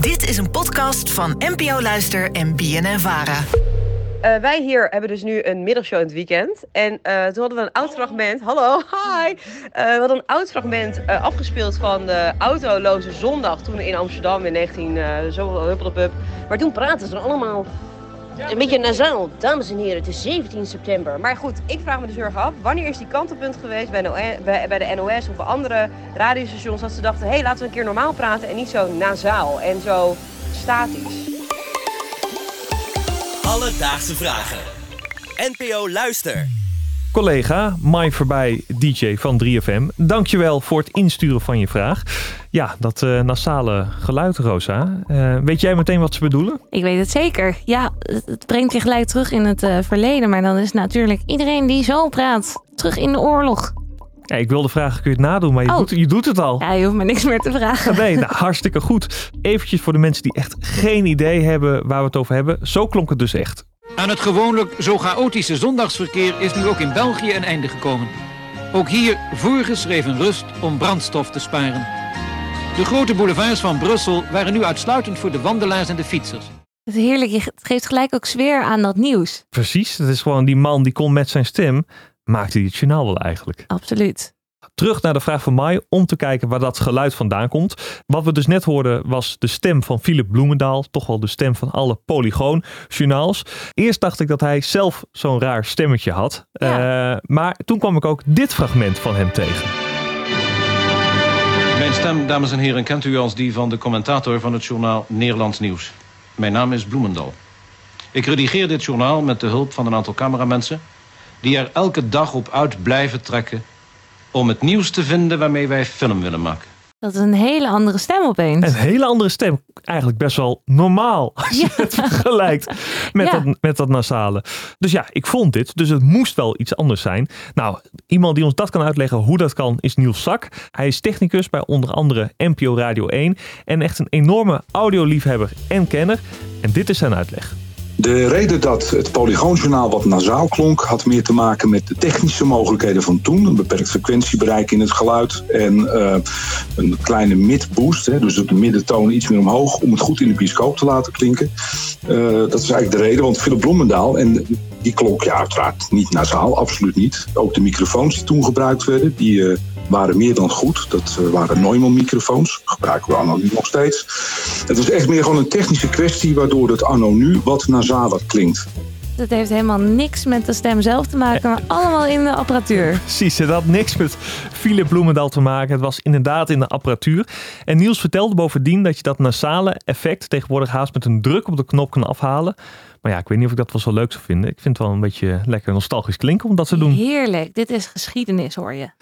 Dit is een podcast van NPO Luister en BNN-Vara. Wij hier hebben dus nu een middagshow in het weekend. En toen hadden we een oud fragment. Hallo, hi! We hadden een oud fragment afgespeeld van de autoloze zondag. Toen in Amsterdam in 19... Maar toen praten ze allemaal een beetje nasaal. Dames en heren, het is 17 september. Maar goed, ik vraag me dus heel erg af. Wanneer is die kantelpunt geweest bij de NOS of bij andere radiostations? Dat ze dachten, hé, laten we een keer normaal praten en niet zo nasaal en zo statisch. Alledaagse vragen. NPO Luister. Collega, Mai Voorbij, DJ van 3FM. Dankjewel voor het insturen van je vraag. Ja, dat nasale geluid, Rosa. Weet jij meteen wat ze bedoelen? Ik weet het zeker. Ja, het brengt je gelijk terug in het verleden. Maar dan is natuurlijk iedereen die zo praat terug in de oorlog. Ja, ik wilde vragen, kun je het nadoen, maar je doet het al. Ja, je hoeft me niks meer te vragen. Nee, nou, hartstikke goed. Eventjes voor de mensen die echt geen idee hebben waar we het over hebben. Zo klonk het dus echt. Aan het gewoonlijk zo chaotische zondagsverkeer is nu ook in België een einde gekomen. Ook hier voorgeschreven rust om brandstof te sparen. De grote boulevards van Brussel waren nu uitsluitend voor de wandelaars en de fietsers. Het is heerlijk, het geeft gelijk ook sfeer aan dat nieuws. Precies, het is gewoon die man die kon met zijn stem, maakte hij het journaal wel eigenlijk. Absoluut. Terug naar de vraag van Mai om te kijken waar dat geluid vandaan komt. Wat we dus net hoorden was de stem van Philip Bloemendaal. Toch wel de stem van alle Polygoon-journaals. Eerst dacht ik dat hij zelf zo'n raar stemmetje had. Ja. Maar toen kwam ik ook dit fragment van hem tegen. Mijn stem, dames en heren, kent u als die van de commentator van het journaal Nederlands Nieuws. Mijn naam is Bloemendaal. Ik redigeer dit journaal met de hulp van een aantal cameramensen die er elke dag op uit blijven trekken om het nieuws te vinden waarmee wij film willen maken. Dat is een hele andere stem opeens. Een hele andere stem. Eigenlijk best wel normaal als je het vergelijkt met dat nasale. Dus ja, ik vond dit. Dus het moest wel iets anders zijn. Nou, iemand die ons dat kan uitleggen hoe dat kan is Niels Zak. Hij is technicus bij onder andere NPO Radio 1. En echt een enorme audioliefhebber en kenner. En dit is zijn uitleg. De reden dat het Polygoonjournaal wat nasaal klonk had meer te maken met de technische mogelijkheden van toen. Een beperkt frequentiebereik in het geluid en een kleine mid-boost. Dus de middentoon iets meer omhoog om het goed in de bioscoop te laten klinken. Dat is eigenlijk de reden, want Philip Bloemendaal, en die klonk uiteraard niet nasaal, absoluut niet. Ook de microfoons die toen gebruikt werden, die waren meer dan goed. Dat waren Neumann microfoons, gebruiken we anno nu nog steeds. Het was echt meer gewoon een technische kwestie waardoor het anno nu wat nasaler klinkt. Het heeft helemaal niks met de stem zelf te maken, maar allemaal in de apparatuur. Precies, het had niks met Philip Bloemendaal te maken. Het was inderdaad in de apparatuur. En Niels vertelde bovendien dat je dat nasale effect tegenwoordig haast met een druk op de knop kan afhalen. Maar ja, ik weet niet of ik dat wel zo leuk zou vinden. Ik vind het wel een beetje lekker nostalgisch klinken om dat te doen. Heerlijk, dit is geschiedenis, hoor je.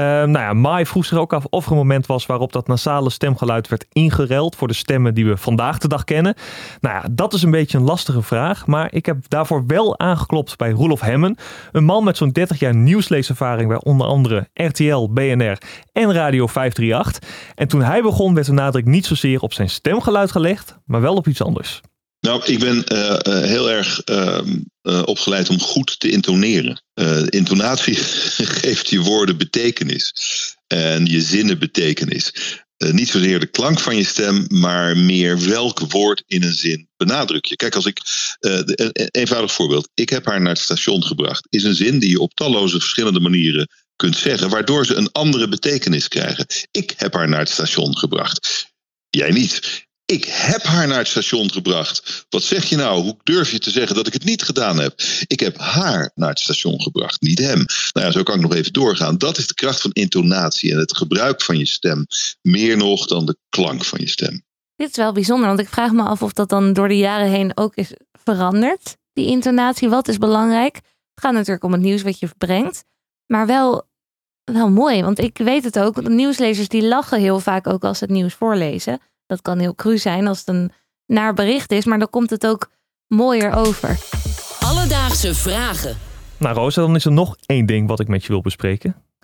Mai vroeg zich ook af of er een moment was waarop dat nasale stemgeluid werd ingeruild voor de stemmen die we vandaag de dag kennen. Nou ja, dat is een beetje een lastige vraag. Maar ik heb daarvoor wel aangeklopt bij Roelof Hemmen. Een man met zo'n 30 jaar nieuwsleeservaring bij onder andere RTL, BNR en Radio 538. En toen hij begon werd de nadruk niet zozeer op zijn stemgeluid gelegd, maar wel op iets anders. Nou, ik ben heel erg opgeleid om goed te intoneren. Intonatie geeft je woorden betekenis en je zinnen betekenis. Niet zozeer de klank van je stem, maar meer welk woord in een zin benadruk je. Kijk, als ik een eenvoudig voorbeeld. Ik heb haar naar het station gebracht. Is een zin die je op talloze verschillende manieren kunt zeggen, waardoor ze een andere betekenis krijgen. Ik heb haar naar het station gebracht. Jij niet. Ik heb haar naar het station gebracht. Wat zeg je nou? Hoe durf je te zeggen dat ik het niet gedaan heb? Ik heb haar naar het station gebracht, niet hem. Nou ja, zo kan ik nog even doorgaan. Dat is de kracht van intonatie en het gebruik van je stem. Meer nog dan de klank van je stem. Dit is wel bijzonder, want ik vraag me af of dat dan door de jaren heen ook is veranderd. Die intonatie, wat is belangrijk? Het gaat natuurlijk om het nieuws wat je brengt. Maar wel mooi, want ik weet het ook. De nieuwslezers die lachen heel vaak ook als ze het nieuws voorlezen. Dat kan heel cru zijn als het een naar bericht is, maar dan komt het ook mooier over. Alledaagse vragen. Nou Rosa, dan is er nog één ding wat ik met je wil bespreken.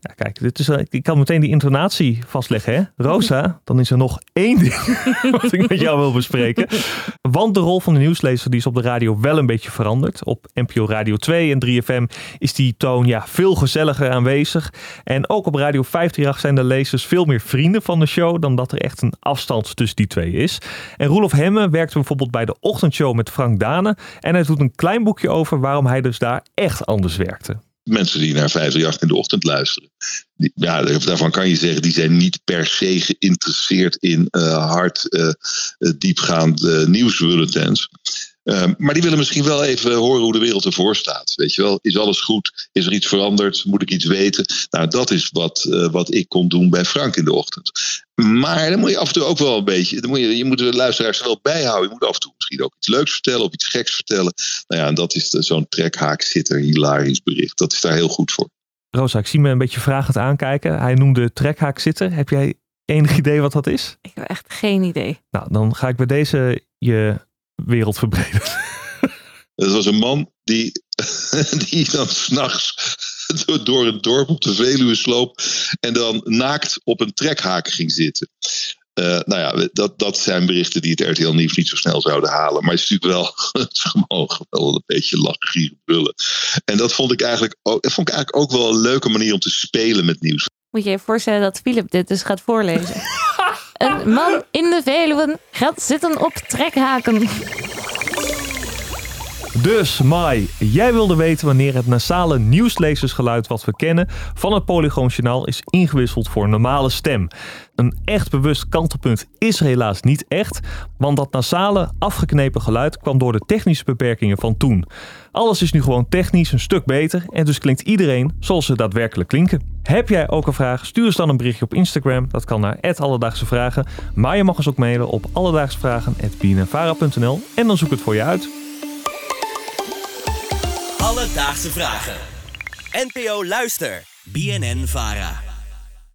Ja, kijk, ik kan meteen die intonatie vastleggen, hè? Rosa, dan is er nog één ding wat ik met jou wil bespreken. Want de rol van de nieuwslezer die is op de radio wel een beetje veranderd. Op NPO Radio 2 en 3FM is die toon veel gezelliger aanwezig. En ook op Radio 538 zijn de lezers veel meer vrienden van de show dan dat er echt een afstand tussen die twee is. En Roelof Hemme werkte bijvoorbeeld bij de ochtendshow met Frank Dane. En hij doet een klein boekje over waarom hij dus daar echt anders werkte. Mensen die naar 538 in de ochtend luisteren. Daarvan kan je zeggen, die zijn niet per se geïnteresseerd in diepgaand nieuwsbulletins. Maar die willen misschien wel even horen hoe de wereld ervoor staat. Weet je wel, is alles goed? Is er iets veranderd? Moet ik iets weten? Nou, dat is wat ik kon doen bij Frank in de ochtend. Maar dan moet je af en toe ook wel een beetje... Je moet de luisteraars er wel bijhouden. Je moet af en toe misschien ook iets leuks vertellen of iets geks vertellen. Nou ja, en dat is zo'n trekhaakzitter hilarisch bericht. Dat is daar heel goed voor. Rosa, ik zie me een beetje vragend aankijken. Hij noemde trekhaakzitter. Heb jij enig idee wat dat is? Ik heb echt geen idee. Nou, dan ga ik bij deze je wereld verbreden. Het was een man die dan 's nachts door het dorp op de Veluwe sloop en dan naakt op een trekhaak ging zitten. Dat zijn berichten die het RTL Nieuws niet zo snel zouden halen. Maar het is natuurlijk wel, het is gewoon een beetje lachen, gieren, brullen. En dat vond ik eigenlijk ook wel een leuke manier om te spelen met nieuws. Moet je je voorstellen dat Philip dit dus gaat voorlezen. Een man in de Veluwe gaat zitten op trekhaken. Dus Mai, jij wilde weten wanneer het nasale nieuwslezersgeluid wat we kennen van het Polygoon Journaal is ingewisseld voor een normale stem. Een echt bewust kantelpunt is er helaas niet echt, want dat nasale, afgeknepen geluid kwam door de technische beperkingen van toen. Alles is nu gewoon technisch een stuk beter en dus klinkt iedereen zoals ze daadwerkelijk klinken. Heb jij ook een vraag? Stuur ons dan een berichtje op Instagram. Dat kan naar @alledaagsevragen. Maar je mag ons ook mailen op alledaagsvragen@bnnvara.nl en dan zoek ik het voor je uit. Alledaagse vragen. NPO Luister. BNN Vara.